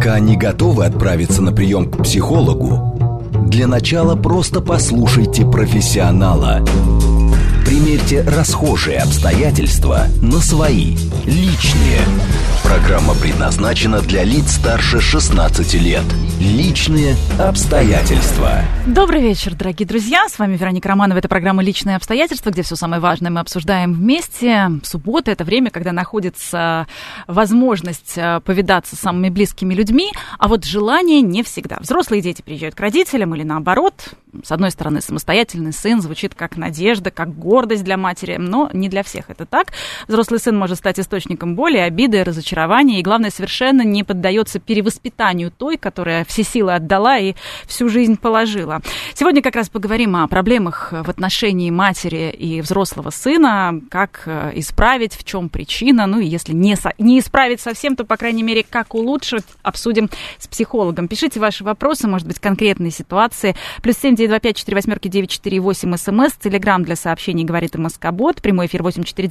Пока не готовы отправиться на прием к психологу, для начала просто послушайте профессионала. Примерьте расхожие обстоятельства на свои, личные. Программа предназначена для лиц старше 16 лет. Личные обстоятельства. Добрый вечер, дорогие друзья. С вами Вероника Романова. Это программа «Личные обстоятельства», где все самое важное мы обсуждаем вместе. Суббота – это время, когда находится возможность повидаться с самыми близкими людьми, а вот желание не всегда. Взрослые дети приезжают к родителям или наоборот. С одной стороны, самостоятельный сын звучит как надежда, как гордость для матери, но не для всех это так. Взрослый сын может стать источником боли, обиды, разочарования и, главное, совершенно не поддается перевоспитанию той, которая все силы отдала и всю жизнь положила. Сегодня как раз поговорим о проблемах в отношении матери и взрослого сына, как исправить, в чем причина, ну и если не исправить совсем, то, по крайней мере, как улучшить, обсудим с психологом. Пишите ваши вопросы, может быть, конкретные ситуации. +7 925 48 СМС, Телеграм для сообщений «Говорит МСК-бот», прямой эфир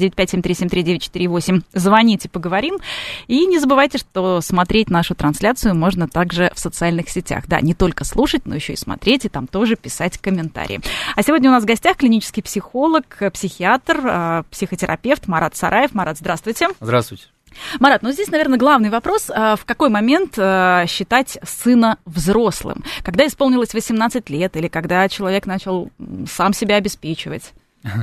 8495-7373-948. Звоните, поговорим. И не забывайте, что смотреть нашу трансляцию можно также в социальных сетях. Да, не только слушать, но еще и смотреть, и там тоже писать комментарии. А сегодня у нас в гостях клинический психолог, психиатр, психотерапевт Марат Сараев. Марат, здравствуйте. Здравствуйте. Марат, ну здесь, наверное, главный вопрос, в какой момент считать сына взрослым? Когда исполнилось 18 лет или когда человек начал сам себя обеспечивать?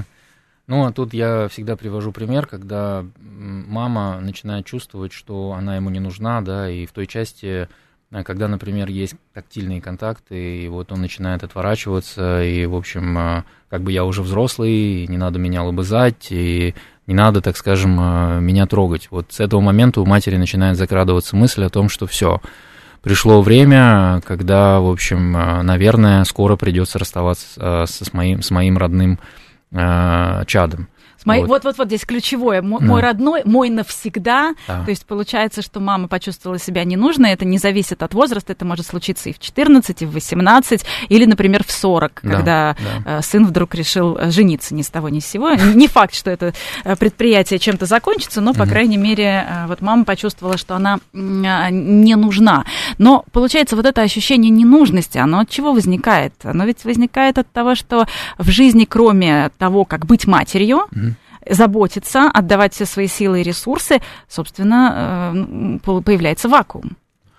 Ну, тут я всегда привожу пример, когда мама начинает чувствовать, что она ему не нужна, да, и в той части, когда, например, есть тактильные контакты, и вот он начинает отворачиваться, и, в общем, как бы я уже взрослый, не надо меня лобызать, и не надо, так скажем, меня трогать. Вот с этого момента у матери начинает закрадываться мысль о том, что все, пришло время, когда, в общем, наверное, скоро придется расставаться с моим родным чадом. Вот здесь ключевое. Мой родной, мой навсегда. Да. То есть получается, что мама почувствовала себя ненужной. Это не зависит от возраста. Это может случиться и в 14, и в 18, или, например, в 40, когда сын вдруг решил жениться ни с того ни с сего. Не факт, что это предприятие чем-то закончится, но, по крайней мере, вот мама почувствовала, что она не нужна. Но, получается, вот это ощущение ненужности, оно от чего возникает? Оно ведь возникает от того, что в жизни, кроме того, как быть матерью, заботиться, отдавать все свои силы и ресурсы, собственно, появляется вакуум.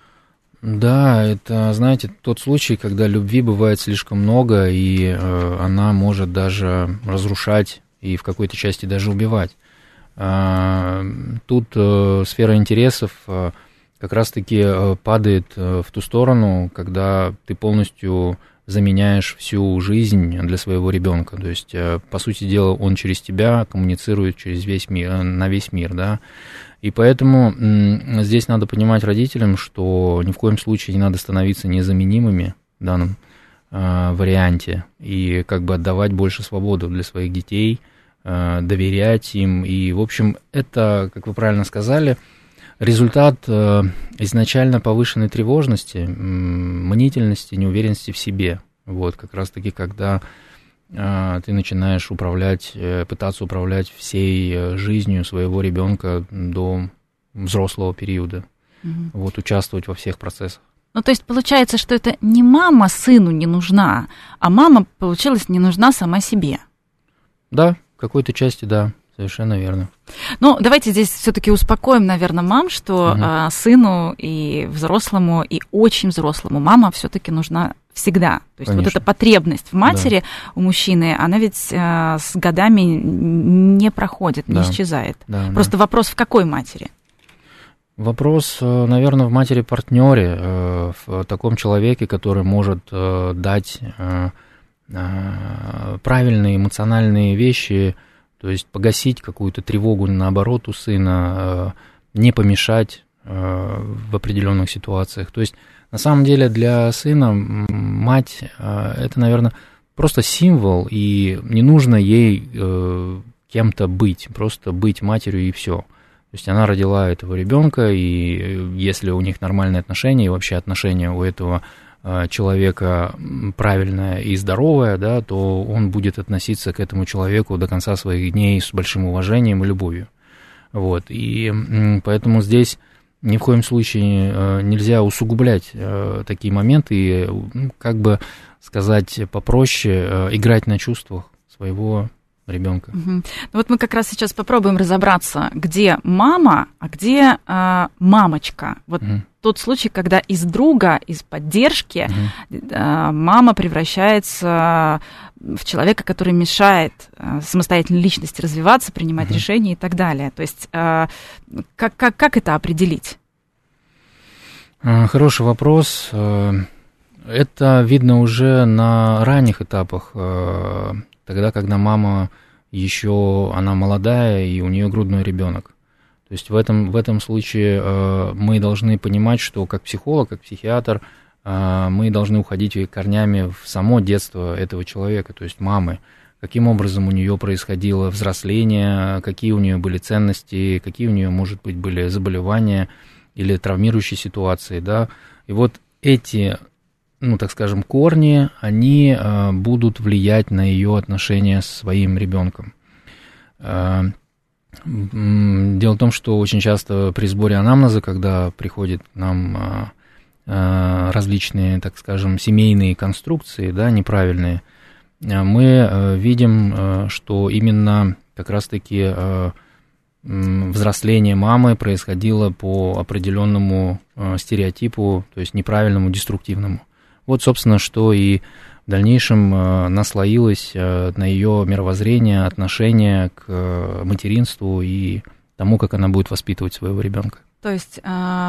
Да, это, знаете, тот случай, когда любви бывает слишком много, и она может даже разрушать и в какой-то части даже убивать. Тут сфера интересов как раз-таки падает в ту сторону, когда ты полностью заменяешь всю жизнь для своего ребенка. То есть, по сути дела, он через тебя коммуницирует через весь мир, на весь мир, да. И поэтому здесь надо понимать родителям, что ни в коем случае не надо становиться незаменимыми в данном варианте и как бы отдавать больше свободу для своих детей, доверять им. И, в общем, это, как вы правильно сказали, результат изначально повышенной тревожности, мнительности, неуверенности в себе. Вот, как раз-таки, когда ты начинаешь пытаться управлять всей жизнью своего ребенка до взрослого периода. Вот, участвовать во всех процессах. Ну, то есть получается, что это не мама сыну не нужна, а мама, получилось, не нужна сама себе. Да, в какой-то части, да. Совершенно верно. Ну, давайте здесь все-таки успокоим, наверное, мам, что сыну и взрослому, и очень взрослому мама все-таки нужна всегда. То есть, конечно, вот эта потребность в матери у мужчины, она ведь с годами не проходит, не исчезает. Да, просто вопрос, в какой матери? Вопрос, наверное, в матери-партнере, в таком человеке, который может дать правильные эмоциональные вещи, то есть погасить какую-то тревогу, наоборот, у сына, не помешать в определенных ситуациях. То есть, на самом деле, для сына мать – это, наверное, просто символ, и не нужно ей кем-то быть, просто быть матерью и все. То есть, она родила этого ребенка, и если у них нормальные отношения, и вообще отношения у этого человека правильное и здоровое, да, то он будет относиться к этому человеку до конца своих дней с большим уважением и любовью. Вот. И поэтому здесь Ни в коем случае нельзя усугублять такие моменты и, как бы сказать попроще, играть на чувствах своего ребенка. Ну вот мы как раз сейчас попробуем разобраться, где мама, а где мамочка. Вот тот случай, когда из друга, из поддержки мама превращается в человека, который мешает самостоятельной личности развиваться, принимать решения и так далее. То есть как это определить? Хороший вопрос. Это видно уже на ранних этапах, тогда, когда мама еще, она молодая, и у нее грудной ребенок. То есть в этом случае мы должны понимать, что как психолог, как психиатр, мы должны уходить корнями в само детство этого человека, то есть мамы. Каким образом у нее происходило взросление, какие у нее были ценности, какие у нее, может быть, были заболевания или травмирующие ситуации, да. И вот эти, так скажем, корни, они будут влиять на ее отношения с своим ребенком. Дело в том, что очень часто при сборе анамнеза, когда приходят к нам различные, так скажем, семейные конструкции, да, неправильные, мы видим, что именно как раз-таки взросление мамы происходило по определенному стереотипу, то есть неправильному, деструктивному. Вот, собственно, что и в дальнейшем наслоилось на ее мировоззрение, отношение к материнству и тому, как она будет воспитывать своего ребенка. То есть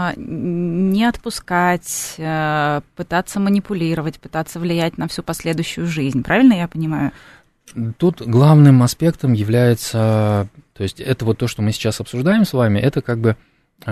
не отпускать, пытаться манипулировать, пытаться влиять на всю последующую жизнь. Правильно я понимаю? Тут главным аспектом является, то есть это вот то, что мы сейчас обсуждаем с вами, это как бы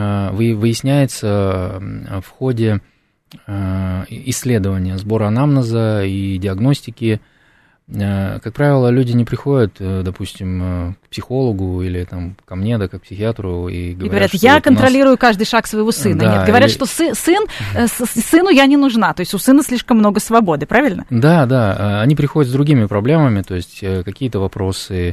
выясняется в ходе исследования, сбора анамнеза и диагностики. Как правило, люди не приходят, допустим, к психологу или там, ко мне, да, как психиатру, и говорят, я вот контролирую каждый шаг своего сына. Да, нет, говорят, что сыну я не нужна, то есть у сына слишком много свободы, правильно? Да, они приходят с другими проблемами, то есть какие-то вопросы,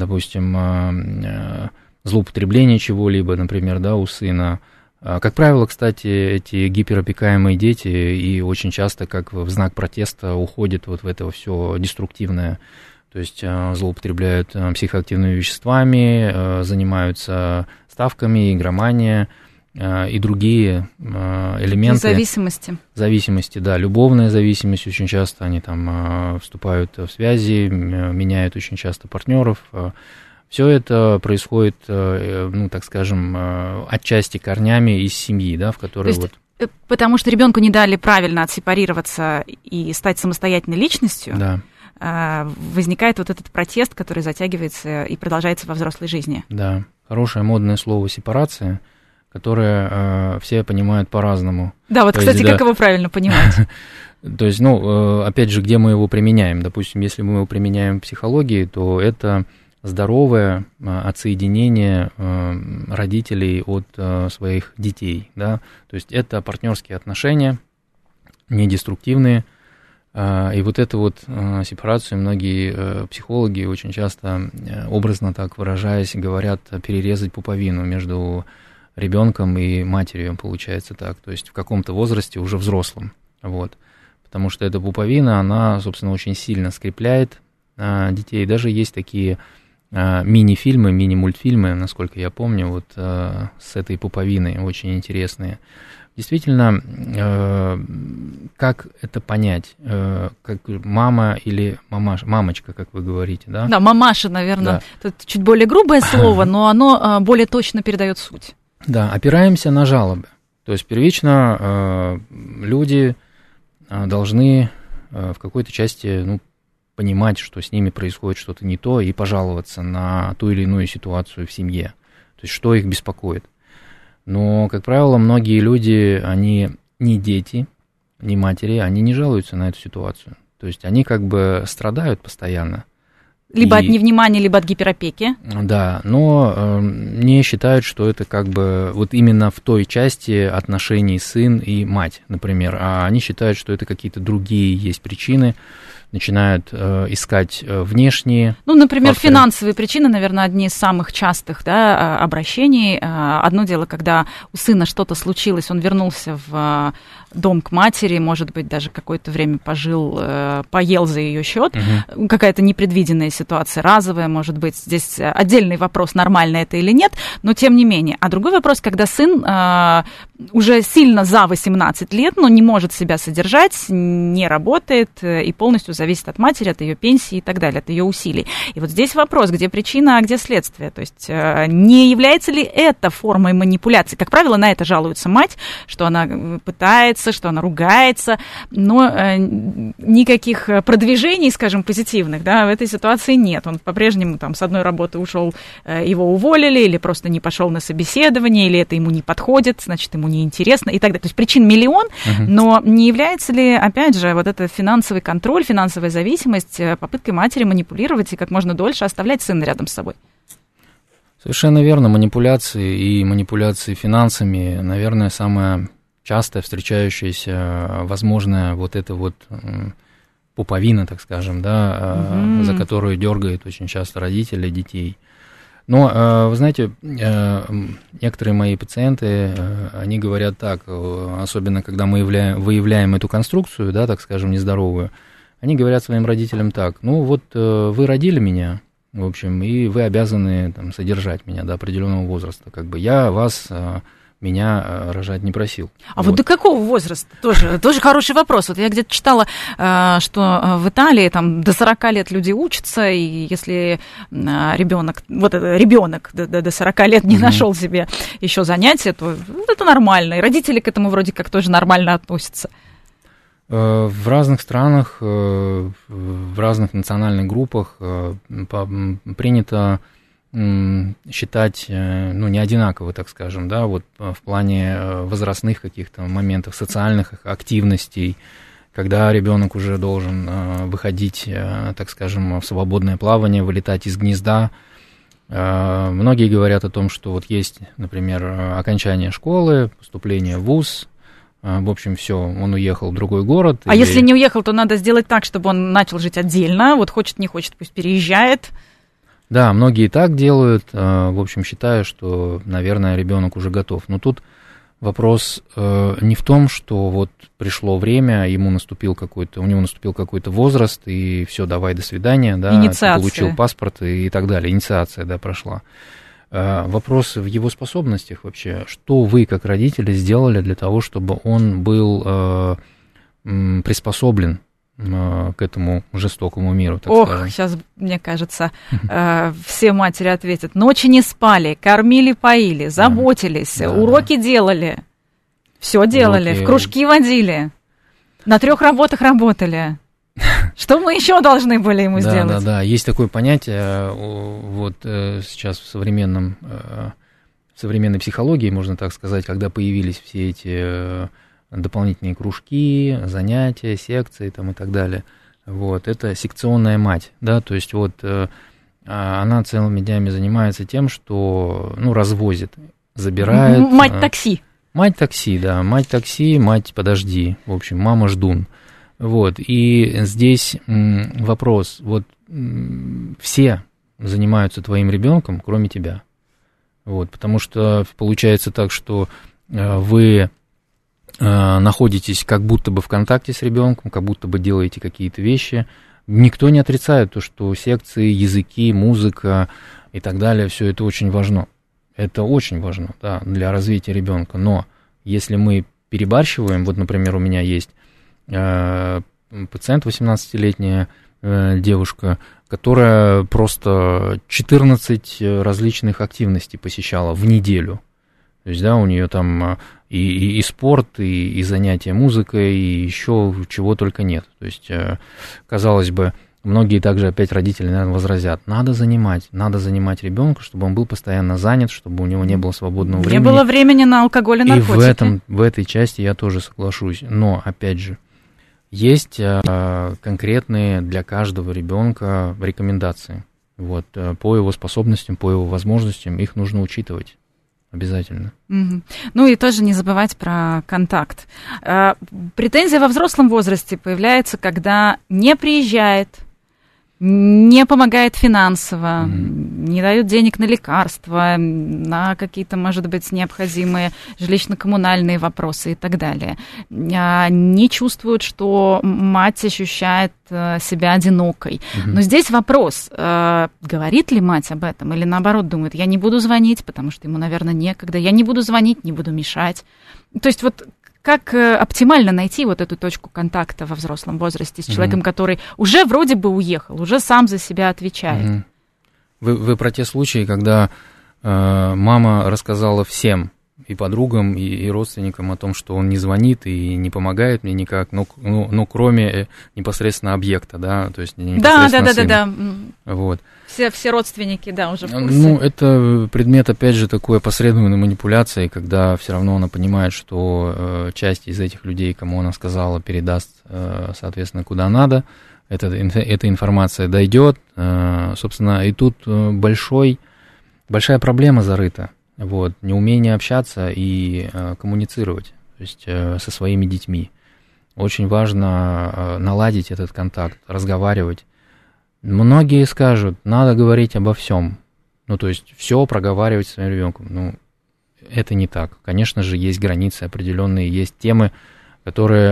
допустим, злоупотребление чего-либо, например, да, у сына. Как правило, кстати, эти гиперопекаемые дети и очень часто, как в знак протеста, уходят вот в это все деструктивное, то есть злоупотребляют психоактивными веществами, занимаются ставками, игромания и другие элементы. Зависимости, да, любовная зависимость очень часто, они там вступают в связи, меняют очень часто партнеров. Все это происходит, так скажем, отчасти корнями из семьи, да, в которой вот... Потому что ребенку не дали правильно отсепарироваться и стать самостоятельной личностью, да. Возникает вот этот протест, который затягивается и продолжается во взрослой жизни. Да, хорошее модное слово «сепарация», которое все понимают по-разному. Да, вот, кстати, как его правильно понимать? То есть, опять же, где мы его применяем? Допустим, если мы его применяем в психологии, то это здоровое отсоединение родителей от своих детей, да, то есть это партнерские отношения, не деструктивные, и вот эту вот сепарацию многие психологи очень часто, образно так выражаясь, говорят перерезать пуповину между ребенком и матерью, получается так, то есть в каком-то возрасте уже взрослом, вот, потому что эта пуповина, она, собственно, очень сильно скрепляет детей, даже есть такие мини-фильмы, мини-мультфильмы, насколько я помню, вот с этой пуповиной, очень интересные. Действительно, как это понять? Как мама или мамочка, как вы говорите, да? Да, мамаша, наверное, да. Тут чуть более грубое слово, но оно более точно передает суть. Да, опираемся на жалобы. То есть первично люди должны в какой-то части, понимать, что с ними происходит что-то не то, и пожаловаться на ту или иную ситуацию в семье, то есть что их беспокоит. Но, как правило, многие люди, они не дети, не матери, они не жалуются на эту ситуацию. То есть они как бы страдают постоянно, Либо от невнимания, либо от гиперопеки. Да, но не считают, что это как бы вот именно в той части отношений сын и мать, например, а они считают, что это какие-то другие есть причины, начинают искать внешние. Ну, например, факторы. Финансовые причины, наверное, одни из самых частых, да, обращений. Одно дело, когда у сына что-то случилось, он вернулся в дом к матери, может быть, даже какое-то время пожил, поел за ее счет. Угу. Какая-то непредвиденная ситуация, разовая, может быть. Здесь отдельный вопрос, нормально это или нет, но тем не менее. А другой вопрос, когда сын уже сильно за 18 лет, но не может себя содержать, не работает и полностью зависит от матери, от ее пенсии и так далее, от ее усилий. И вот здесь вопрос, где причина, а где следствие? То есть не является ли это формой манипуляции? Как правило, на это жалуется мать, что она пытается, что она ругается, но никаких продвижений, скажем, позитивных, да, в этой ситуации нет. Он по-прежнему там с одной работы ушел, его уволили, или просто не пошел на собеседование, или это ему не подходит, значит, ему неинтересно и так далее. То есть причин миллион, но не является ли, опять же, вот это финансовый контроль, финансовая зависимость попыткой матери манипулировать и как можно дольше оставлять сына рядом с собой? Совершенно верно. Манипуляции финансами, наверное, самое часто встречающаяся, возможно, вот это вот пуповина, так скажем, да, за которую дергают очень часто родители детей. Но, вы знаете, некоторые мои пациенты, они говорят так, особенно когда мы выявляем эту конструкцию, да, так скажем, нездоровую, они говорят своим родителям так: ну вот вы родили меня, в общем, и вы обязаны там содержать меня до определенного возраста, как бы я вас... меня рожать не просил. А вот до какого возраста? Тоже хороший вопрос. Вот я где-то читала, что в Италии там до 40 лет люди учатся, и если ребенок до 40 лет не нашел себе еще занятия, то это нормально. И родители к этому вроде как тоже нормально относятся. В разных странах, в разных национальных группах принято считать, ну, не одинаково, так скажем, да, вот в плане возрастных каких-то моментов, социальных активностей, когда ребенок уже должен выходить, так скажем, в свободное плавание, вылетать из гнезда. Многие говорят о том, что вот есть, например, окончание школы, поступление в вуз, в общем, все, он уехал в другой город. А если не уехал, то надо сделать так, чтобы он начал жить отдельно, вот хочет, не хочет, пусть переезжает. Да, многие так делают, в общем, считая, что, наверное, ребенок уже готов. Но тут вопрос не в том, что вот пришло время, у него наступил какой-то возраст, и все, давай, до свидания, да, ты получил паспорт и так далее, инициация, да, прошла. Вопрос в его способностях вообще. Что вы, как родители, сделали для того, чтобы он был приспособлен к этому жестокому миру, так скажем. Сейчас, мне кажется, все матери ответят: ночи не спали, кормили, поили, заботились, уроки делали, все делали, в кружки водили, на 3 работах работали. Что мы еще должны были ему сделать? Да, есть такое понятие, вот сейчас в современной психологии, можно так сказать, когда появились все эти дополнительные кружки, занятия, секции там, и так далее. Вот, это секционная мать, да, то есть вот она целыми днями занимается тем, что, ну, развозит, забирает. Мать-такси. Мать-такси, да, мать-такси, мать подожди, в общем, мама-ждун. Вот, и здесь вопрос, вот все занимаются твоим ребенком, кроме тебя. Вот, потому что получается так, что вы находитесь как будто бы в контакте с ребенком, как будто бы делаете какие-то вещи. Никто не отрицает то, что секции, языки, музыка и так далее, все это очень важно. Это очень важно, да, для развития ребенка. Но если мы перебарщиваем, вот, например, у меня есть пациент, 18-летняя девушка, которая просто 14 различных активностей посещала в неделю. То есть, да, у нее там и спорт, и занятия музыкой, и еще чего только нет. То есть, казалось бы, многие также опять родители, наверное, возразят: надо занимать ребенка, чтобы он был постоянно занят, чтобы у него не было свободного времени. Не было времени на алкоголь и наркотики. И в этой части я тоже соглашусь. Но, опять же, Есть конкретные для каждого ребенка рекомендации. Вот, по его способностям, по его возможностям, их нужно учитывать обязательно. Угу. Ну и тоже не забывать про контакт. Претензия во взрослом возрасте появляется, когда не приезжает, не помогает финансово, не дают денег на лекарства, на какие-то, может быть, необходимые жилищно-коммунальные вопросы и так далее. Не чувствуют, что мать ощущает себя одинокой. Но здесь вопрос, говорит ли мать об этом, или наоборот думает, я не буду звонить, потому что ему, наверное, некогда, я не буду звонить, не буду мешать. То есть вот как оптимально найти вот эту точку контакта во взрослом возрасте с человеком, который уже вроде бы уехал, уже сам за себя отвечает? Вы про те случаи, когда мама рассказала всем, и подругам, и родственникам о том, что он не звонит и не помогает мне никак, ну кроме непосредственно объекта, да, то есть непосредственно сына. Да. Вот. Все родственники, да, уже в курсе. Ну, это предмет, опять же, такой опосредованной манипуляции, когда все равно она понимает, что часть из этих людей, кому она сказала, передаст, соответственно, куда надо, эта информация дойдет, собственно, и тут большая проблема зарыта. Вот, неумение общаться и коммуницировать, то есть со своими детьми. Очень важно наладить этот контакт, разговаривать. Многие скажут, надо говорить обо всем. Ну, то есть все проговаривать со своим ребенком. Ну, это не так. Конечно же, есть границы определенные, есть темы, которые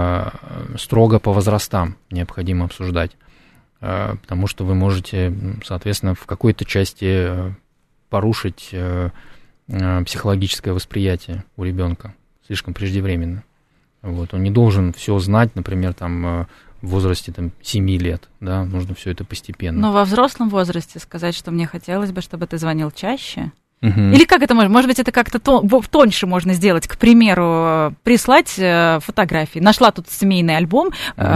строго по возрастам необходимо обсуждать. Потому что вы можете, соответственно, в какой-то части порушить психологическое восприятие у ребенка слишком преждевременно. Вот. Он не должен все знать, например, там, в возрасте 7 лет, да, нужно все это постепенно. Но во взрослом возрасте сказать, что мне хотелось бы, чтобы ты звонил чаще? Или как это можно? Может быть, это как-то тоньше можно сделать. К примеру, прислать фотографии. Нашла тут семейный альбом,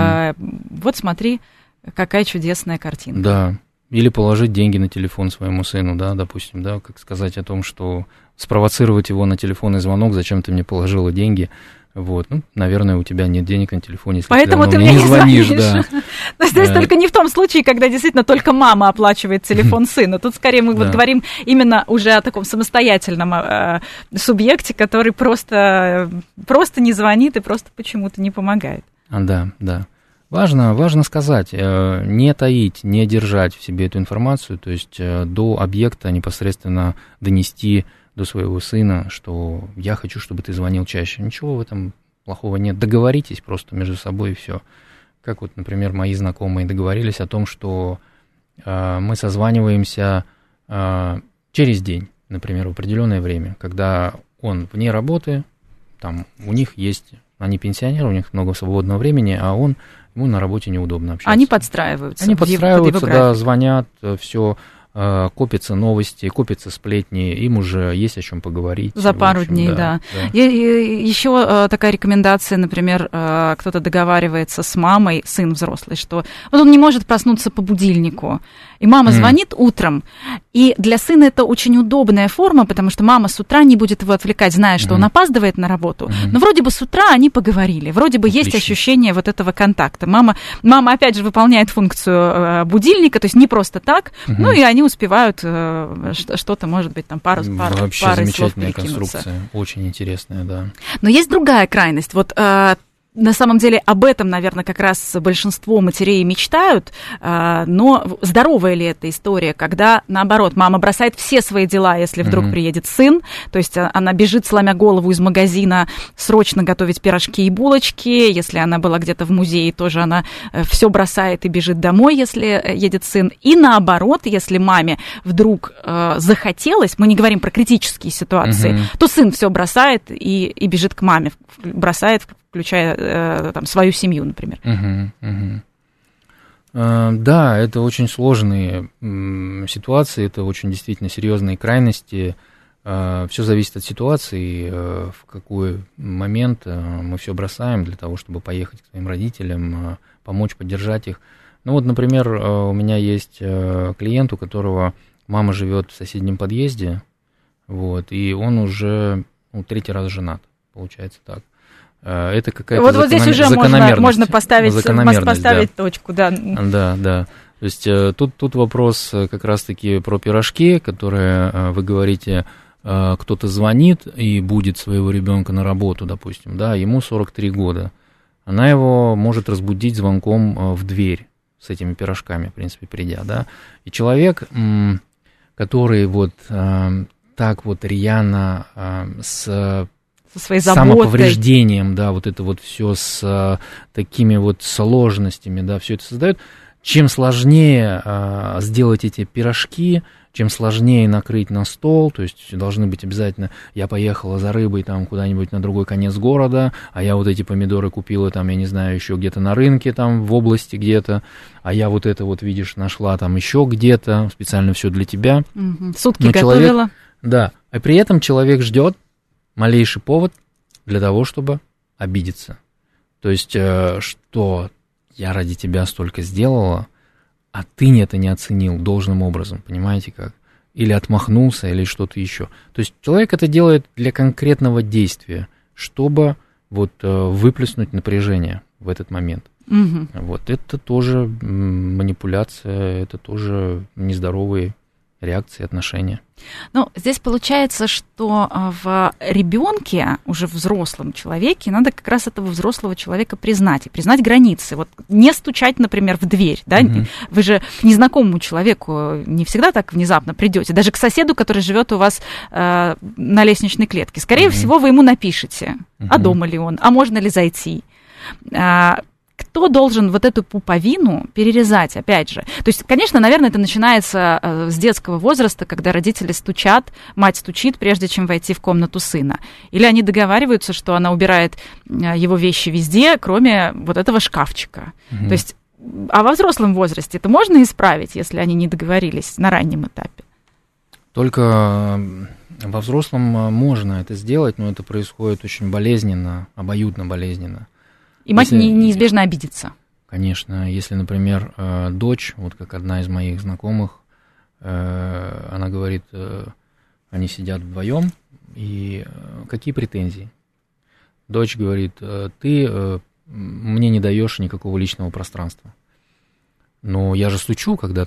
вот смотри, какая чудесная картинка. Да. Или положить деньги на телефон своему сыну, да, допустим, да, как сказать о том, что спровоцировать его на телефонный звонок, зачем ты мне положила деньги, вот, ну, наверное, у тебя нет денег на телефоне, если поэтому ты мне не звонишь. Да. Но здесь только не в том случае, когда действительно только мама оплачивает телефон сына. Тут скорее мы вот говорим именно уже о таком самостоятельном субъекте, который просто не звонит и просто почему-то не помогает. Да. Важно сказать, не таить, не держать в себе эту информацию, то есть до объекта непосредственно донести до своего сына, что я хочу, чтобы ты звонил чаще. Ничего в этом плохого нет. Договоритесь просто между собой и все. Как вот, например, мои знакомые договорились о том, что мы созваниваемся через день, например, в определенное время, когда он вне работы, там у них есть, они пенсионеры, у них много свободного времени, а ему на работе неудобно общаться. Они подстраиваются, да, звонят, все, копятся новости, копятся сплетни, им уже есть о чем поговорить. За пару дней, да. Еще такая рекомендация, например, кто-то договаривается с мамой, сын взрослый, что вот он не может проснуться по будильнику, и мама звонит утром, и для сына это очень удобная форма, потому что мама с утра не будет его отвлекать, зная, что он опаздывает на работу, но вроде бы с утра они поговорили, вроде бы есть ощущение вот этого контакта. Мама опять же выполняет функцию будильника, то есть не просто так, ну и они успевают что-то, может быть, там пару слов перекинуться. Вообще замечательная конструкция, очень интересная, да. Но есть другая крайность. Вот на самом деле об этом, наверное, как раз большинство матерей мечтают, но здоровая ли эта история, когда, наоборот, мама бросает все свои дела, если вдруг приедет сын, то есть она бежит, сломя голову из магазина, срочно готовить пирожки и булочки, если она была где-то в музее, тоже она все бросает и бежит домой, если едет сын, и наоборот, если маме вдруг захотелось, мы не говорим про критические ситуации, то сын все бросает и бежит к маме, бросает, включая там, свою семью, например. Да, это очень сложные ситуации, это очень действительно серьезные крайности. Все зависит от ситуации, в какой момент мы все бросаем для того, чтобы поехать к своим родителям, помочь, поддержать их. Ну вот, например, у меня есть клиент, у которого мама живет в соседнем подъезде, вот, и он уже 3-й раз женат. получается так. Это какая-то вот здесь уже можно поставить точку, да. Да. То есть тут вопрос как раз-таки про пирожки, которые вы говорите, кто-то звонит и будет своего ребенка на работу, допустим, да, ему 43 года. Она его может разбудить звонком в дверь с этими пирожками, в принципе, придя, да. И человек, который вот так вот рьяно с своей самоповреждением, да, вот это вот все с такими вот сложностями, да, все это создает. Чем сложнее сделать эти пирожки, чем сложнее накрыть на стол, то есть должны быть обязательно, я поехала за рыбой там куда-нибудь на другой конец города, а я вот эти помидоры купила там, я не знаю, еще где-то на рынке там в области где-то, а я вот это вот, видишь, нашла там еще где-то, специально все для тебя. Сутки готовила. Да, а при этом человек ждет малейший повод для того, чтобы обидеться. То есть, что я ради тебя столько сделала, а ты это не оценил должным образом, понимаете как? Или отмахнулся, или что-то еще. То есть человек это делает для конкретного действия, чтобы вот выплеснуть напряжение в этот момент. Вот это тоже манипуляция, это тоже нездоровые реакции, отношения. Ну, здесь получается, что в ребенке, уже взрослом человеке, надо как раз этого взрослого человека признать, и признать границы. Вот не стучать, например, в дверь, да? Вы же к незнакомому человеку не всегда так внезапно придете, даже к соседу, который живет у вас на лестничной клетке. Скорее всего, вы ему напишете, а дома ли он, а можно ли зайти. Кто должен вот эту пуповину перерезать, опять же? То есть, конечно, наверное, это начинается с детского возраста, когда родители стучат, мать стучит, прежде чем войти в комнату сына. Или они договариваются, что она убирает его вещи везде, кроме вот этого шкафчика. То есть, а во взрослом возрасте это можно исправить, если они не договорились на раннем этапе? Только во взрослом можно это сделать, но это происходит очень болезненно, обоюдно болезненно. И мать неизбежно обидится. Конечно, если, например, дочь, вот как одна из моих знакомых, она говорит, они сидят вдвоем, и какие претензии? Дочь говорит, ты мне не даешь никакого личного пространства. Но я же стучу, когда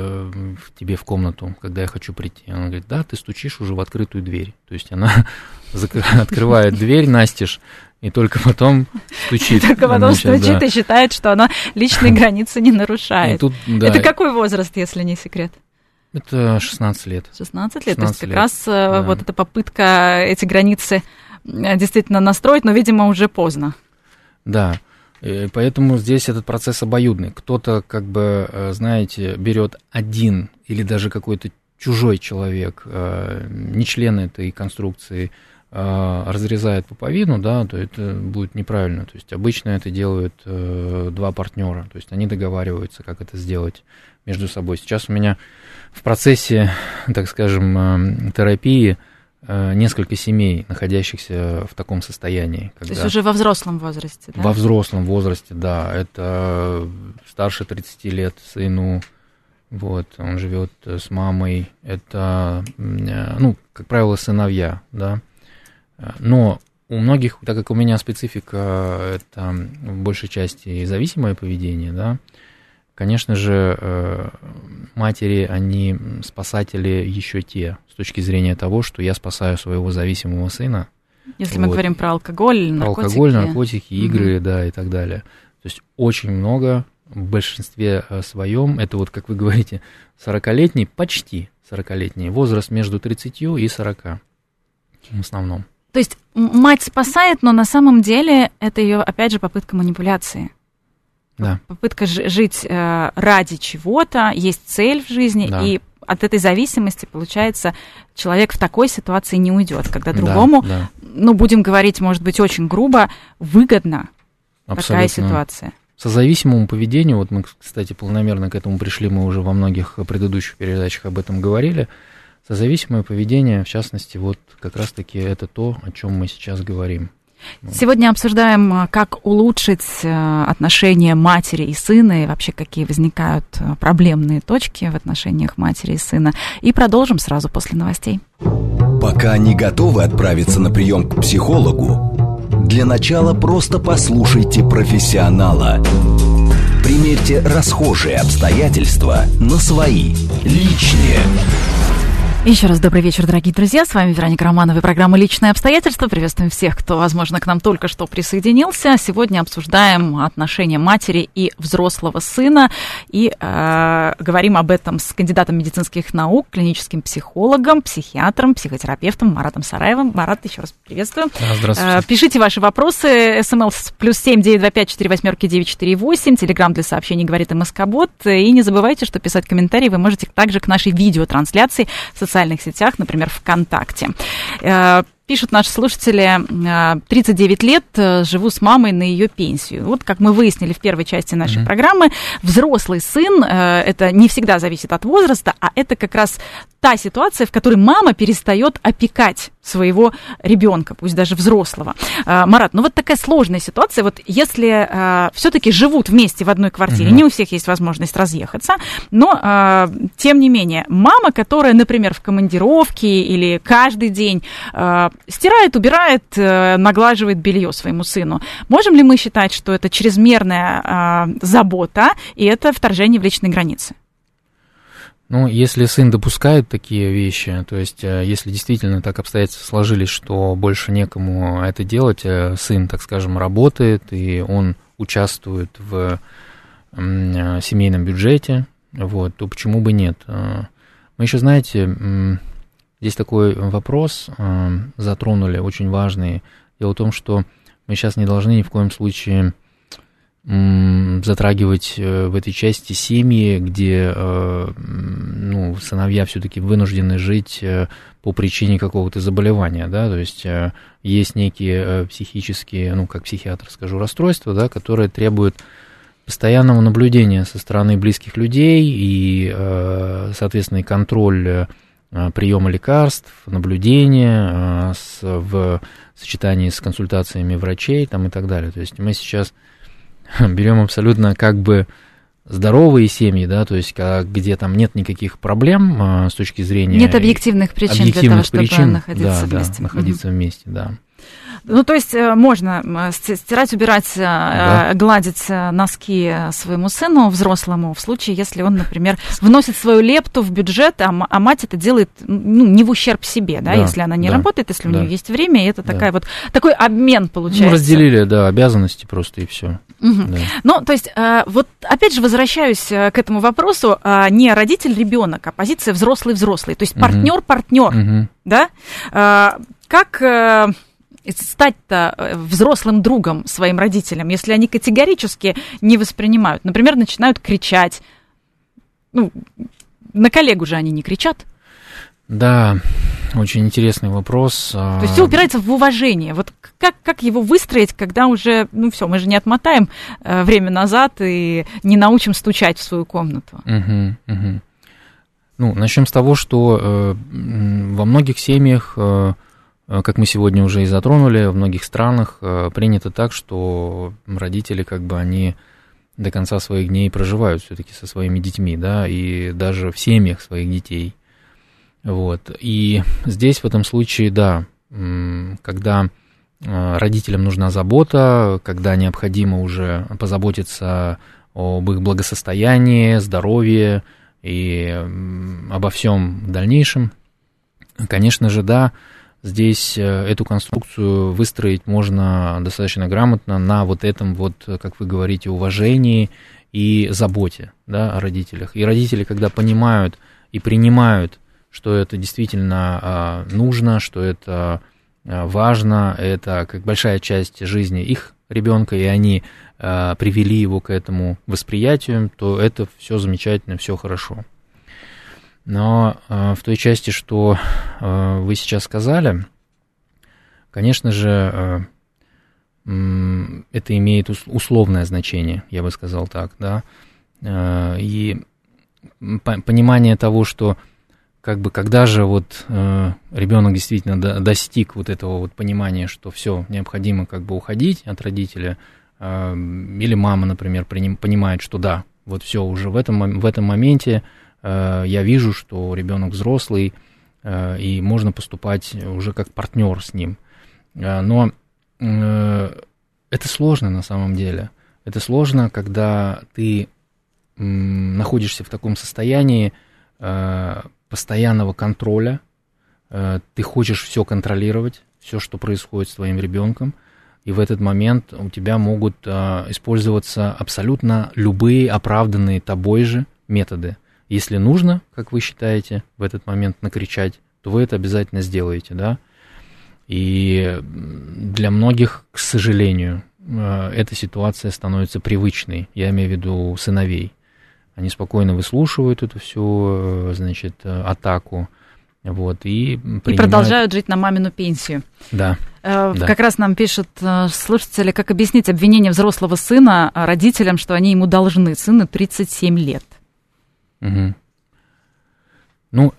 тебе в комнату, когда я хочу прийти. Она говорит, да, ты стучишь уже в открытую дверь. То есть она открывает дверь настежь, и только потом стучит. Только потом стучит и считает, что она личные границы не нарушает. Это какой возраст, если не секрет? Это 16 лет. 16 лет? То есть как раз вот эта попытка эти границы действительно настроить, но, видимо, уже поздно. Да. Поэтому здесь этот процесс обоюдный. Кто-то, как бы, знаете, берет один или даже какой-то чужой человек, не член этой конструкции, разрезает пуповину, да, то это будет неправильно. То есть обычно это делают два партнера, то есть они договариваются, как это сделать между собой. Сейчас у меня в процессе, так скажем, терапии несколько семей, находящихся в таком состоянии. То есть уже во взрослом возрасте, да? Во взрослом возрасте, да. Это старше 30 лет сыну, вот, он живет с мамой. Это, ну, как правило, сыновья, да. Но у многих, так как у меня специфика, это в большей части зависимое поведение, да, конечно же, матери, они спасатели еще те, с точки зрения того, что я спасаю своего зависимого сына. Если мы говорим про алкоголь, наркотики, игры, да, и так далее. То есть очень много, в большинстве своем, это вот, как вы говорите, 40-летний, почти 40-летний, возраст между 30 и 40 в основном. То есть мать спасает, но на самом деле это ее, опять же, попытка манипуляции. Да. Попытка жить ради чего-то, есть цель в жизни, да. И от этой зависимости, получается, человек в такой ситуации не уйдет, когда другому, ну, будем говорить, может быть, очень грубо, выгодна такая ситуация. Созависимому поведению, вот мы, кстати, планомерно к этому пришли, мы уже во многих предыдущих передачах об этом говорили. Созависимое поведение, в частности, вот как раз-таки это то, о чем мы сейчас говорим. Сегодня обсуждаем, как улучшить отношения матери и сына, и вообще какие возникают проблемные точки в отношениях матери и сына. И продолжим сразу после новостей. Пока не готовы отправиться на прием к психологу, для начала просто послушайте профессионала. Примерьте расхожие обстоятельства на свои, личные. Еще раз добрый вечер, дорогие друзья. С вами Вероника Романова и программа «Личные обстоятельства». Приветствуем всех, кто, возможно, к нам только что присоединился. Сегодня обсуждаем отношения матери и взрослого сына. И говорим об этом с кандидатом медицинских наук, клиническим психологом, психиатром, психотерапевтом Маратом Сараевым. Марат, еще раз приветствую. Здравствуйте. Пишите ваши вопросы. СМС +7 925 48 948. Телеграм для сообщений говорит МСК-бот. И не забывайте, что писать комментарии вы можете также к нашей видеотрансляции в социальных сетях, например, ВКонтакте. Пишут наши слушатели: 39 лет, живу с мамой на ее пенсию. Вот как мы выяснили в первой части нашей программы, взрослый сын, это не всегда зависит от возраста, а это как раз та ситуация, в которой мама перестает опекать своего ребенка, пусть даже взрослого. Марат, ну вот такая сложная ситуация. Вот если все-таки живут вместе в одной квартире, не у всех есть возможность разъехаться, но тем не менее, мама, которая, например, в командировке или каждый день стирает, убирает, наглаживает белье своему сыну, можем ли мы считать, что это чрезмерная забота и это вторжение в личные границы? Ну, если сын допускает такие вещи, то есть если действительно так обстоятельства сложились, что больше некому это делать, сын, так скажем, работает, и он участвует в семейном бюджете, вот, то почему бы нет? Мы еще, знаете, здесь такой вопрос затронули, очень важный. Дело в том, что мы сейчас не должны ни в коем случае затрагивать в этой части семьи, где сыновья все-таки вынуждены жить по причине какого-то заболевания, да, то есть есть некие психические, как психиатр скажу, расстройства, да, которые требуют постоянного наблюдения со стороны близких людей и, соответственно, и контроль приема лекарств, наблюдения в сочетании с консультациями врачей там, и так далее. То есть мы сейчас берем абсолютно как бы здоровые семьи, да, то есть где там нет никаких проблем с точки зрения... Нет объективных причин для того, чтобы находиться вместе. Да, находиться вместе, да. Ну, то есть можно стирать, убирать, гладить носки своему сыну, взрослому, в случае, если он, например, вносит свою лепту в бюджет, а мать это делает, не в ущерб себе, да, если она не работает, если у нее есть время, и это такой обмен получается. Разделили, обязанности просто, и все. Да. Ну, то есть, вот опять же возвращаюсь к этому вопросу, не родитель-ребенок, а позиция взрослый-взрослый, то есть партнер-партнер, да? Как стать-то взрослым другом своим родителям, если они категорически не воспринимают? Например, начинают кричать. На коллегу же они не кричат. Да, очень интересный вопрос. То есть все упирается в уважение. Вот как его выстроить, когда уже, все, мы же не отмотаем время назад и не научим стучать в свою комнату? Начнем с того, что во многих семьях, как мы сегодня уже и затронули, в многих странах принято так, что родители, они до конца своих дней проживают все-таки со своими детьми, да, и даже в семьях своих детей. Вот. И здесь в этом случае, да, когда родителям нужна забота, когда необходимо уже позаботиться об их благосостоянии, здоровье и обо всем дальнейшем, конечно же, да, здесь эту конструкцию выстроить можно достаточно грамотно на вот этом как вы говорите, уважении и заботе, да, о родителях. И родители, когда понимают и принимают, что это действительно нужно, что это важно, это как большая часть жизни их ребенка, и они привели его к этому восприятию, то это все замечательно, все хорошо. Но в той части, что вы сейчас сказали, конечно же, это имеет условное значение, я бы сказал так, да, и понимание того, что как бы, когда же вот ребенок действительно достиг вот этого вот понимания, что все, необходимо как бы уходить от родителя, или мама, например, понимает, что да, вот все, уже в этом моменте я вижу, что ребенок взрослый, и можно поступать уже как партнер с ним. Но это сложно на самом деле. Это сложно, когда ты находишься в таком состоянии постоянного контроля, ты хочешь все контролировать, все, что происходит с твоим ребенком, и в этот момент у тебя могут использоваться абсолютно любые оправданные тобой же методы. Если нужно, как вы считаете, в этот момент накричать, то вы это обязательно сделаете, да? И для многих, к сожалению, эта ситуация становится привычной, я имею в виду сыновей. Они спокойно выслушивают эту всю, значит, атаку, вот, и продолжают жить на мамину пенсию. Да. Как раз нам пишут слушатели, как объяснить обвинение взрослого сына родителям, что они ему должны. Сыну 37 лет. Угу. Ну,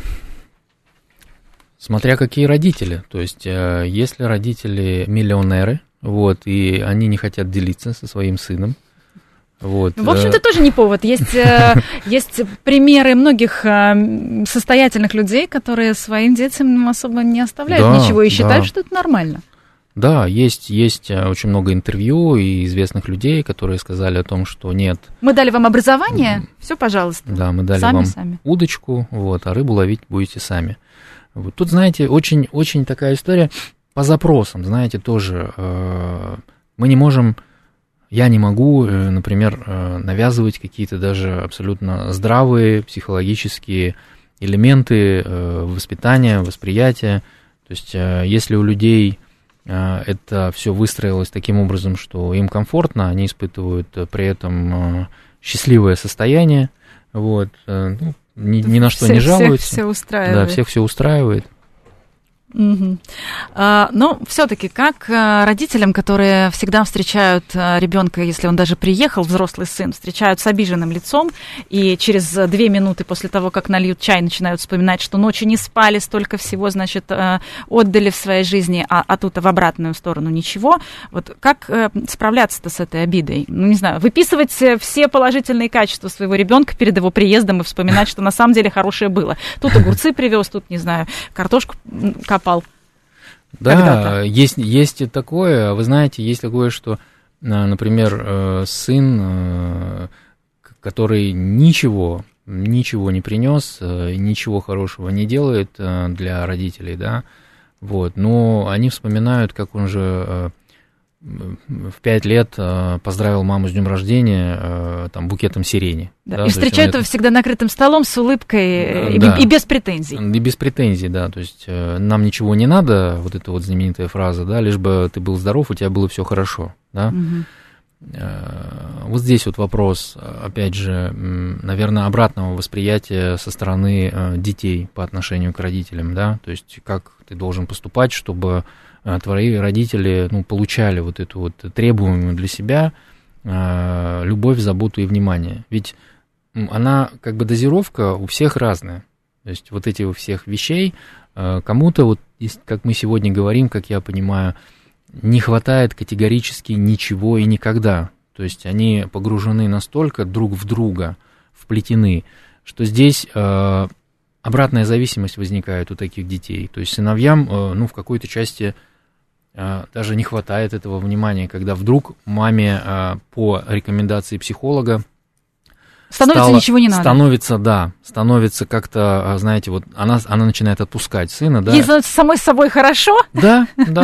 смотря какие родители. То есть, если родители миллионеры, вот, и они не хотят делиться со своим сыном, вот. В общем-то, тоже не повод. Есть примеры многих состоятельных людей, которые своим детям особо не оставляют ничего и считают, что это нормально. Да, есть очень много интервью и известных людей, которые сказали о том, что нет. Мы дали вам образование, все, пожалуйста. Да, мы дали вам удочку, вот, а рыбу ловить будете сами. Вот. Тут, знаете, очень, очень такая история по запросам, знаете, тоже. Мы не можем... Я не могу, например, навязывать какие-то даже абсолютно здравые психологические элементы воспитания, восприятия. То есть, если у людей это все выстроилось таким образом, что им комфортно, они испытывают при этом счастливое состояние, вот, ну, ни на что не жалуются. Всех все устраивает. Да, всех все устраивает. Угу. Но все-таки как родителям, которые всегда встречают ребенка, если он даже приехал, взрослый сын, встречают с обиженным лицом, и через 2 минуты после того, как нальют чай, начинают вспоминать, что ночью не спали, столько всего, значит, отдали в своей жизни, а тут в обратную сторону ничего. Вот как справляться-то с этой обидой? Ну, не знаю, выписывать все положительные качества своего ребенка перед его приездом и вспоминать, что на самом деле хорошее было. Тут огурцы привез, тут, не знаю, картошку копал. Да, когда-то. Есть и такое. Вы знаете, есть такое, что, например, сын, который ничего не принес, ничего хорошего не делает для родителей, да, вот, но они вспоминают, как он же в 5 лет поздравил маму с днем рождения там, букетом сирени. Да, да, и встречают его всегда накрытым столом с улыбкой и без претензий. И без претензий, да. То есть нам ничего не надо, вот эта вот знаменитая фраза, да, лишь бы ты был здоров, у тебя было все хорошо, да. Угу. Вот здесь вот вопрос, опять же, наверное, обратного восприятия со стороны детей по отношению к родителям, да. То есть как ты должен поступать, чтобы твои родители, ну, получали вот эту вот требуемую для себя любовь, заботу и внимание. Ведь она, как бы, дозировка у всех разная. То есть вот этих всех вещей кому-то, вот, как мы сегодня говорим, как я понимаю, не хватает категорически ничего и никогда. То есть они погружены настолько друг в друга, вплетены, что здесь обратная зависимость возникает у таких детей. То есть сыновьям, ну, в какой-то части даже не хватает этого внимания, когда вдруг маме по рекомендации психолога ничего не надо. Становится как-то, знаете, вот она начинает отпускать сына, да. Ей самой собой хорошо? Да.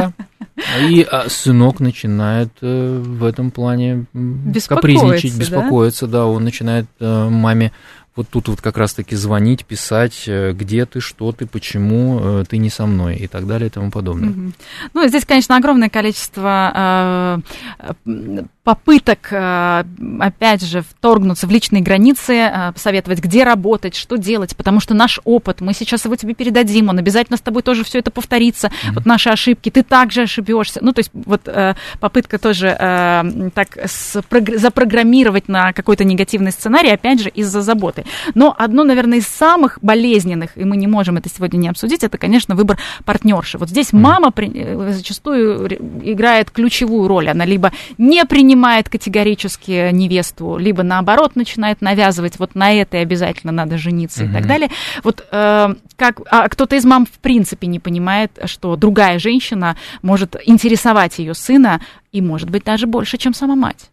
И сынок начинает в этом плане капризничать, беспокоиться, да, он начинает маме вот тут вот как раз-таки звонить, писать, где ты, что ты, почему ты не со мной и так далее и тому подобное. Ну, здесь, конечно, огромное количество попыток, опять же, вторгнуться в личные границы, посоветовать, где работать, что делать, потому что наш опыт, мы сейчас его тебе передадим, он обязательно с тобой тоже все это повторится, вот наши ошибки, ты также ошибешься. Ну, то есть вот попытка тоже так запрограммировать на какой-то негативный сценарий, опять же, из-за заботы. Но одно, наверное, из самых болезненных, и мы не можем это сегодня не обсудить, это, конечно, выбор партнерши. Вот здесь мама зачастую играет ключевую роль, она либо не принимает категорически невесту, либо наоборот начинает навязывать, вот на этой обязательно надо жениться и так далее. Вот кто-то из мам в принципе не понимает, что другая женщина может интересовать ее сына и, может быть, даже больше, чем сама мать.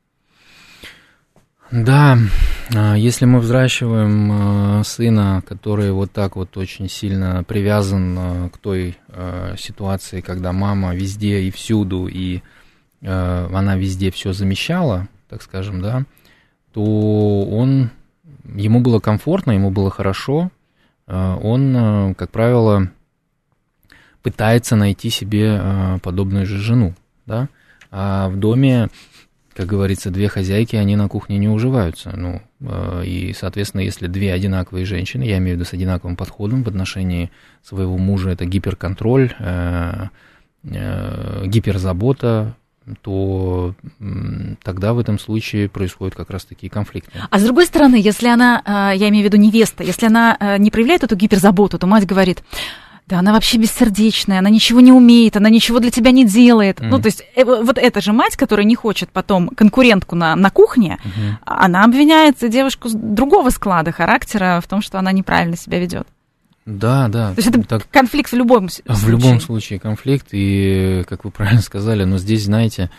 Да, если мы взращиваем сына, который вот так вот очень сильно привязан к той ситуации, когда мама везде и всюду, и она везде все замещала, так скажем, да, то ему было комфортно, ему было хорошо, он, как правило, пытается найти себе подобную же жену, да, а в доме, как говорится, две хозяйки, они на кухне не уживаются, ну, и, соответственно, если две одинаковые женщины, я имею в виду с одинаковым подходом в отношении своего мужа, это гиперконтроль, гиперзабота, то тогда в этом случае происходят как раз такие конфликты. А с другой стороны, если она, я имею в виду невеста, если она не проявляет эту гиперзаботу, то мать говорит: да, она вообще бессердечная, она ничего не умеет, она ничего для тебя не делает. Ну, то есть вот эта же мать, которая не хочет потом конкурентку на кухне, она обвиняет девушку другого склада характера в том, что она неправильно себя ведет. Да, да. То есть это так, конфликт в любом случае. В любом случае конфликт, и, как вы правильно сказали, но здесь, знаете,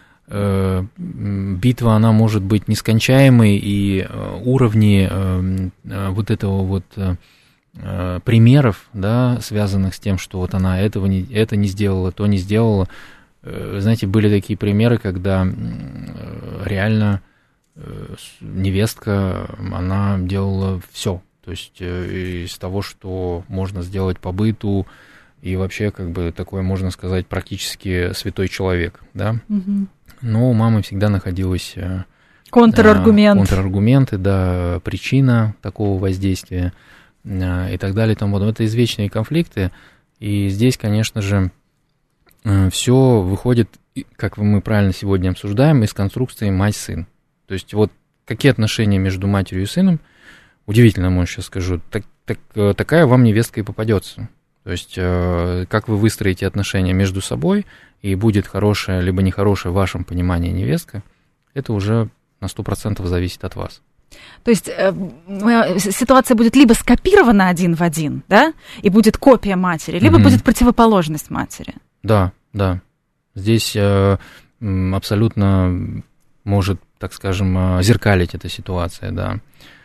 битва, она может быть нескончаемой, и уровни вот этого вот примеров, да, связанных с тем, что вот она это не сделала, то не сделала. Знаете, были такие примеры, когда реально невестка, она делала все. То есть из того, что можно сделать по быту, и вообще, как бы, такой, можно сказать, практически святой человек, да. Но у мамы всегда находилась контраргументы, да, причина такого воздействия и так далее и тому подобное. Это извечные конфликты, и здесь, конечно же, все выходит, как мы правильно сегодня обсуждаем, из конструкции мать-сын. То есть вот какие отношения между матерью и сыном, удивительно, может, сейчас скажу, такая вам невестка и попадется. То есть, как вы выстроите отношения между собой, и будет хорошая, либо нехорошая в вашем понимании невестка, это уже на 100% зависит от вас. То есть ситуация будет либо скопирована один в один, да, и будет копия матери, либо будет противоположность матери. Да, да. Здесь абсолютно может, так скажем, зеркалить эта ситуация, да.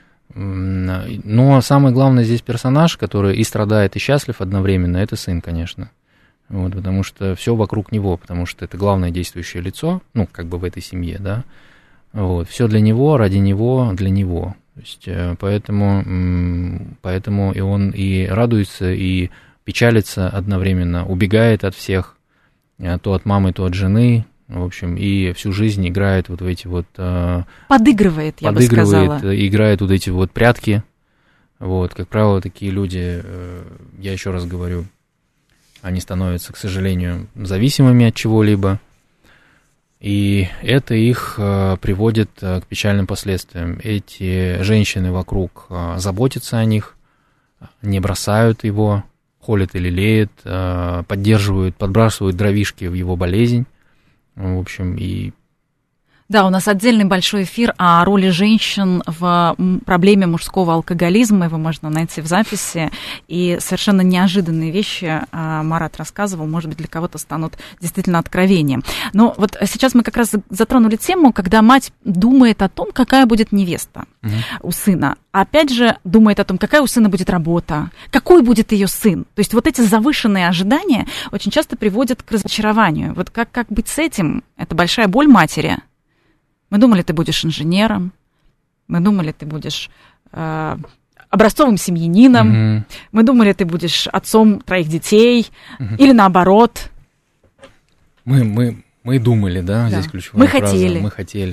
Но самый главный здесь персонаж, который и страдает, и счастлив одновременно, это сын, конечно. Вот, потому что все вокруг него, потому что это главное действующее лицо, ну, как бы в этой семье, да. Вот, все для него, ради него, для него. То есть, поэтому и он и радуется, и печалится одновременно, убегает от всех, то от мамы, то от жены. В общем, и всю жизнь играет вот в эти вот... Подыгрывает, я бы сказала. Играет вот эти вот прятки. Вот, как правило, такие люди, я еще раз говорю, они становятся, к сожалению, зависимыми от чего-либо. И это их приводит к печальным последствиям. Эти женщины вокруг заботятся о них, не бросают его, холят и лелеют, поддерживают, подбрасывают дровишки в его болезнь. В общем, и... Да, у нас отдельный большой эфир о роли женщин в проблеме мужского алкоголизма. Его можно найти в записи. И совершенно неожиданные вещи Марат рассказывал. Может быть, для кого-то станут действительно откровением. Но вот сейчас мы как раз затронули тему, когда мать думает о том, какая будет невеста у сына. Опять же, думает о том, какая у сына будет работа, какой будет ее сын. То есть вот эти завышенные ожидания очень часто приводят к разочарованию. Вот как быть с этим? Это большая боль матери. Мы думали, ты будешь инженером, мы думали, ты будешь образцовым семьянином, мы думали, ты будешь отцом 3 детей, или наоборот. Мы Мы думали, да, здесь ключевая фраза. Мы хотели,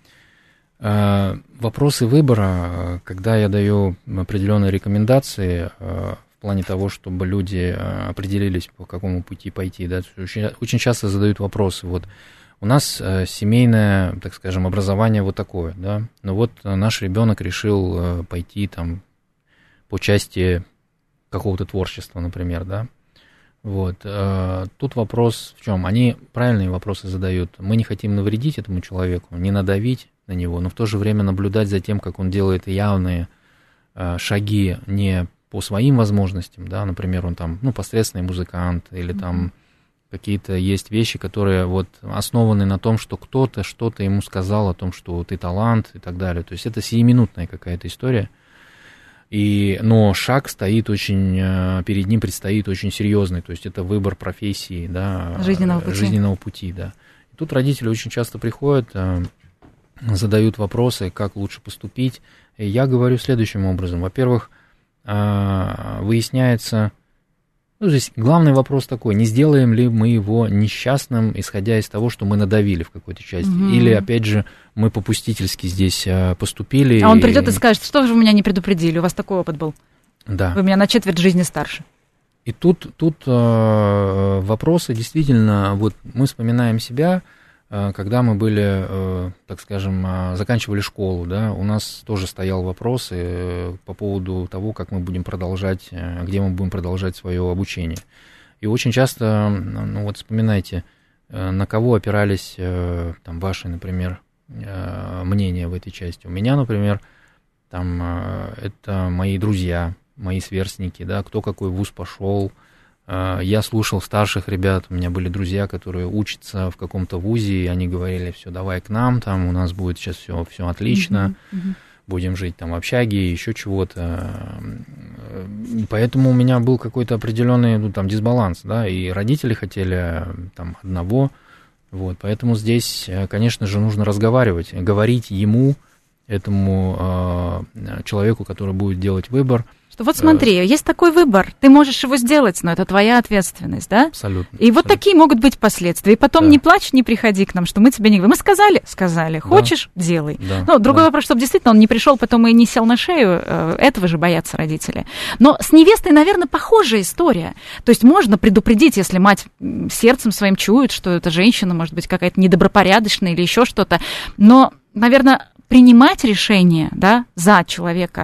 да. Вопросы выбора, когда я даю определенные рекомендации в плане того, чтобы люди определились, по какому пути пойти, да, очень часто задают вопросы. Вот у нас семейное, так скажем, образование вот такое, да, но вот наш ребенок решил пойти там по части какого-то творчества, например, да. Вот. Тут вопрос в чем? Они правильные вопросы задают. Мы не хотим навредить этому человеку, не надавить на него, но в то же время наблюдать за тем, как он делает явные шаги не по своим возможностям, да, например, он там, посредственный музыкант, или там какие-то есть вещи, которые вот основаны на том, что кто-то что-то ему сказал о том, что ты талант и так далее. То есть это сиюминутная какая-то история. Но шаг стоит перед ним предстоит очень серьезный, то есть это выбор профессии, да, жизненного пути, да. И тут родители очень часто приходят, задают вопросы, как лучше поступить. И я говорю следующим образом. Во-первых, выясняется, здесь главный вопрос такой, не сделаем ли мы его несчастным, исходя из того, что мы надавили в какой-то части, или, опять же, мы попустительски здесь поступили. А он придет и скажет, что же вы меня не предупредили, у вас такой опыт был. Да. Вы меня на четверть жизни старше. И тут вопросы действительно, вот мы вспоминаем себя, когда мы были, так скажем, заканчивали школу, да, у нас тоже стоял вопрос по поводу того, как мы будем продолжать, где мы будем продолжать свое обучение. И очень часто, вот вспоминайте, на кого опирались там ваши, например, мнения в этой части. У меня, например, там это мои друзья, мои сверстники, да, кто какой вуз пошел. Я слушал старших ребят, у меня были друзья, которые учатся в каком-то вузе, и они говорили, все, давай к нам, там у нас будет сейчас все отлично, будем жить там в общаге, еще чего-то. Поэтому у меня был какой-то определенный там дисбаланс, да, и родители хотели там одного, вот, поэтому здесь, конечно же, нужно разговаривать, говорить ему, этому человеку, который будет делать выбор. Что вот смотри, есть такой выбор, ты можешь его сделать, но это твоя ответственность, да? Абсолютно. И вот такие могут быть последствия. И потом не плачь, не приходи к нам, что мы тебе не говорим. Мы сказали, хочешь, делай. Да. Другой вопрос, чтобы действительно он не пришел потом и не сел на шею, этого же боятся родители. Но с невестой, наверное, похожая история. То есть можно предупредить, если мать сердцем своим чует, что эта женщина может быть какая-то недобропорядочная или еще что-то. Но, наверное, принимать решение, да, за человека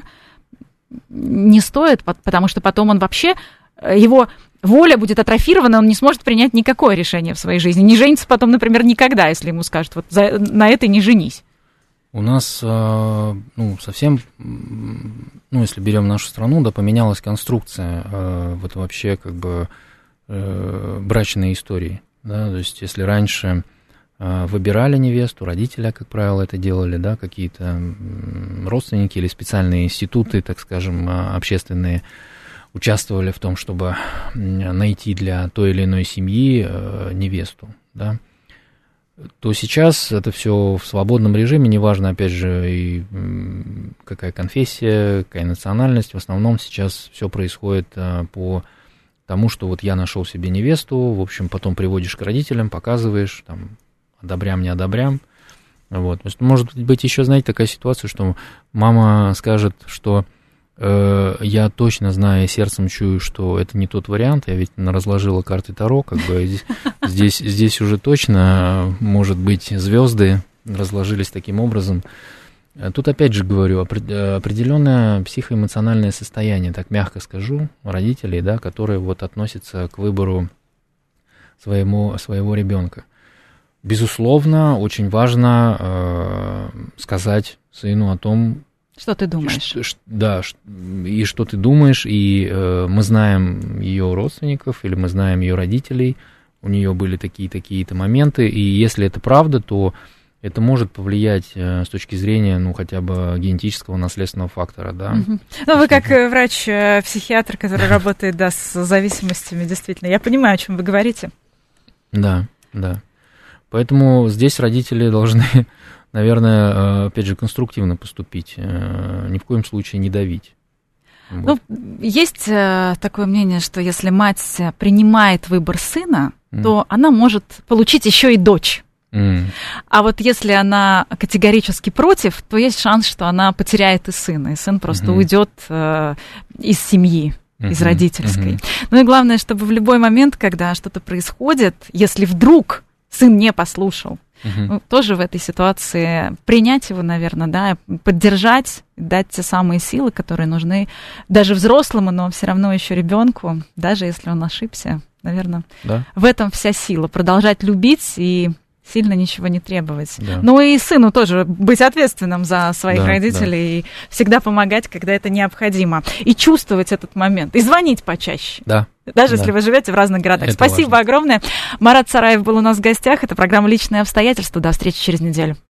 не стоит, потому что потом он вообще, его воля будет атрофирована, он не сможет принять никакое решение в своей жизни. Не женится потом, например, никогда, если ему скажут, вот на этой не женись. У нас, совсем, если берем нашу страну, да, поменялась конструкция вот вообще как бы брачной истории. Да, то есть если раньше выбирали невесту, родители, как правило, это делали, да, какие-то родственники или специальные институты, так скажем, общественные, участвовали в том, чтобы найти для той или иной семьи невесту, да, то сейчас это все в свободном режиме, неважно, опять же, и какая конфессия, какая национальность, в основном сейчас все происходит по тому, что вот я нашел себе невесту, в общем, потом приводишь к родителям, показываешь, там, одобрям, не одобрям. Вот. Может быть, еще, знаете, такая ситуация, что мама скажет, что я точно знаю, сердцем чую, что это не тот вариант, я ведь разложила карты Таро, как бы здесь уже точно, может быть, звезды разложились таким образом. Тут опять же говорю, определенное психоэмоциональное состояние, так мягко скажу, родителей, да, которые вот относятся к выбору своего ребенка. Безусловно, очень важно сказать сыну о том, что ты думаешь. И что ты думаешь, и мы знаем ее родственников, или мы знаем ее родителей, у нее были такие-то моменты, и если это правда, то это может повлиять с точки зрения, хотя бы генетического наследственного фактора, да. Вы как врач-психиатр, который работает, да, с зависимостями, действительно, я понимаю, о чем вы говорите. Да. Поэтому здесь родители должны, наверное, опять же, конструктивно поступить, ни в коем случае не давить. Вот. Есть такое мнение, что если мать принимает выбор сына, то она может получить еще и дочь. А вот если она категорически против, то есть шанс, что она потеряет и сына, и сын просто уйдет из семьи, из родительской. Ну и главное, чтобы в любой момент, когда что-то происходит, если вдруг сын не послушал, тоже в этой ситуации принять его, наверное, да, поддержать, дать те самые силы, которые нужны даже взрослому, но все равно еще ребенку, даже если он ошибся, наверное, в этом вся сила. Продолжать любить и сильно ничего не требовать. Да. Ну и сыну тоже быть ответственным за своих родителей и всегда помогать, когда это необходимо. И чувствовать этот момент. И звонить почаще. Даже если вы живете в разных городах. Это Спасибо важно. Огромное. Марат Сараев был у нас в гостях. Это программа «Личные обстоятельства». До встречи через неделю.